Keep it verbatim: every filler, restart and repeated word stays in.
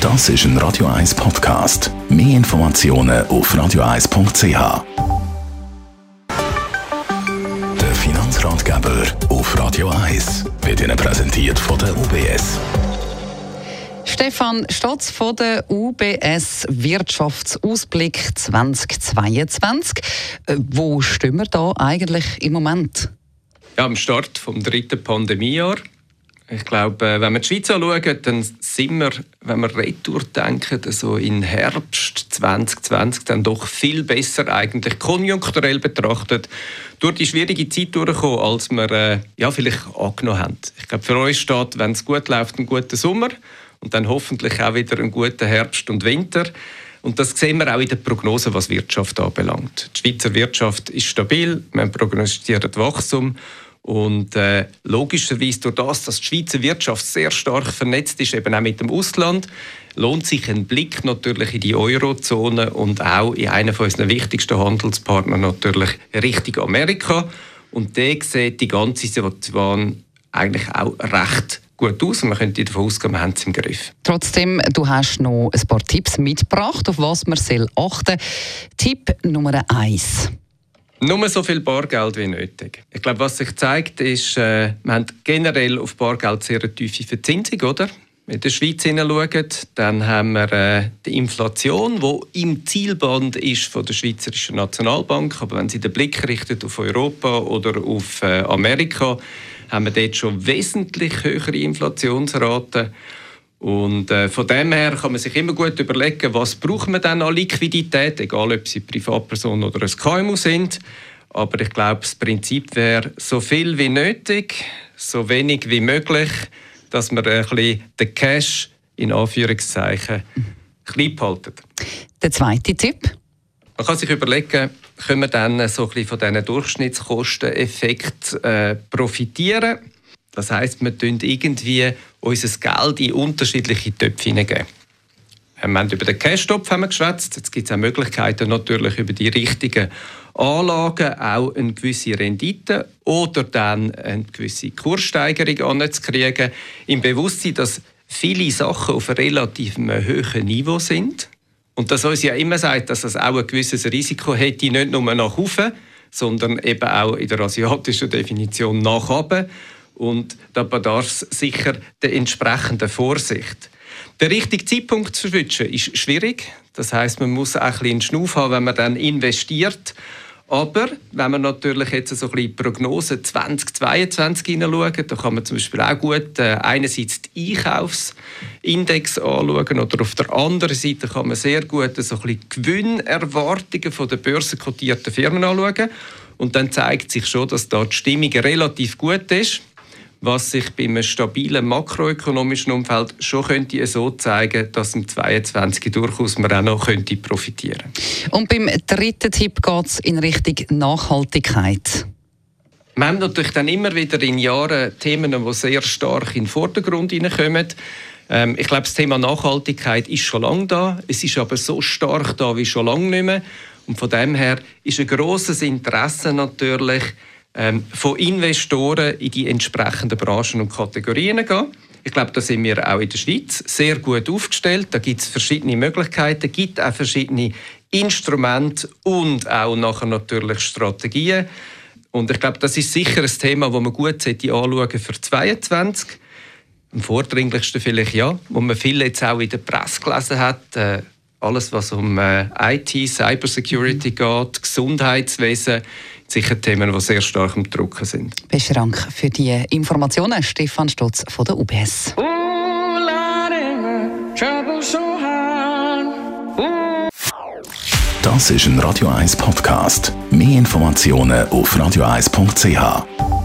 Das ist ein Radio eins Podcast. Mehr Informationen auf radio eins punkt c h. Der Finanzratgeber auf Radio eins wird Ihnen präsentiert von der U B S. Stefan Stotz von der U B S Wirtschaftsausblick zweitausendzweiundzwanzig. Wo stehen wir da eigentlich im Moment? Ja, am Start vom dritten Pandemiejahr. Ich glaube, wenn wir die Schweiz anschauen, dann sind wir, wenn wir retour denken, so in Herbst zwanzig zwanzig dann doch viel besser eigentlich konjunkturell betrachtet durch die schwierige Zeit durchgekommen, als wir äh, ja, vielleicht angenommen haben. Ich glaube, für uns steht, wenn es gut läuft, ein guter Sommer und dann hoffentlich auch wieder einen guten Herbst und Winter. Und das sehen wir auch in den Prognosen, was Wirtschaft anbelangt. Die Schweizer Wirtschaft ist stabil, wir prognostizieren Wachstum. Und äh, logischerweise durch das, dass die Schweizer Wirtschaft sehr stark vernetzt ist, eben auch mit dem Ausland, lohnt sich ein Blick natürlich in die Eurozone und auch in einen von unseren wichtigsten Handelspartnern natürlich Richtung Amerika. Und da sieht die ganze Situation eigentlich auch recht gut aus und man könnte davon ausgehen, wir haben es im Griff. Trotzdem, du hast noch ein paar Tipps mitgebracht, auf was man achten soll. Tipp Nummer eins. Nur so viel Bargeld wie nötig. Ich glaube, was sich zeigt, ist, äh, wir haben generell auf Bargeld sehr eine tiefe Verzinsung, oder? Wenn wir in der Schweiz hineinschauen, dann haben wir äh, die Inflation, die im Zielband ist von der Schweizerischen Nationalbank. Aber wenn Sie den Blick richten auf Europa oder auf äh, Amerika, haben wir dort schon wesentlich höhere Inflationsraten. Und äh, von dem her kann man sich immer gut überlegen, was braucht man dann an Liquidität, egal ob sie Privatperson oder ein K M U sind. Aber ich glaube, das Prinzip wäre, so viel wie nötig, so wenig wie möglich, dass man ein bisschen den Cash in Anführungszeichen klein behalten. Der zweite Tipp? Man kann sich überlegen, können wir dann so ein bisschen von diesen Durchschnittskosteneffekten äh, profitieren. Das heisst, wir tun irgendwie unser Geld in unterschiedliche Töpfe hineingeben. Wir haben über den Cash-Topf geschwätzt. Jetzt gibt es auch Möglichkeiten, natürlich über die richtigen Anlagen auch eine gewisse Rendite oder dann eine gewisse Kurssteigerung anzukriegen. Im Bewusstsein, dass viele Sachen auf einem relativ hohen Niveau sind. Und dass uns ja immer sagt, dass das auch ein gewisses Risiko hätte, nicht nur nach oben, sondern eben auch in der asiatischen Definition nach oben. Und da bedarf es sicher der entsprechenden Vorsicht. Der richtige Zeitpunkt zu switchen ist schwierig. Das heisst, man muss auch ein bisschen einen Schnuff haben, wenn man dann investiert. Aber wenn man natürlich jetzt so ein bisschen Prognose zweitausendzweiundzwanzig hineinschauen, da kann man zum Beispiel auch gut äh, einerseits die Einkaufsindex anschauen oder auf der anderen Seite kann man sehr gut so ein bisschen Gewinnerwartungen von den börsenkotierten Firmen anschauen. Und dann zeigt sich schon, dass da die Stimmung relativ gut ist, was sich bei einem stabilen makroökonomischen Umfeld schon könnte so zeigen, dass im zweitausendzweiundzwanzig durchaus man auch noch könnte profitieren. Und beim dritten Tipp geht es in Richtung Nachhaltigkeit. Wir haben natürlich dann immer wieder in Jahren Themen, die sehr stark in den Vordergrund hineinkommen. Ähm, ich glaube, das Thema Nachhaltigkeit ist schon lange da. Es ist aber so stark da wie schon lange nicht mehr. Und von dem her ist ein grosses Interesse natürlich, ähm, von Investoren in die entsprechenden Branchen und Kategorien gehen. Ich glaube, da sind wir auch in der Schweiz sehr gut aufgestellt. Da gibt es verschiedene Möglichkeiten, gibt auch verschiedene Instrumente und auch nachher natürlich Strategien. Und ich glaube, das ist sicher ein Thema, das man gut anschauen für zweitausendzweiundzwanzig. Am vordringlichsten vielleicht ja, wo man viel jetzt auch in der Presse gelesen hat. Äh, alles, was um äh, I T, Cybersecurity geht, Gesundheitswesen, sicher Themen, die sehr stark im Drucken sind. Besten Dank für die Informationen, Stefan Stotz von der U B S. Das ist ein Radio eins Podcast. Mehr Informationen auf radio eins punkt c h.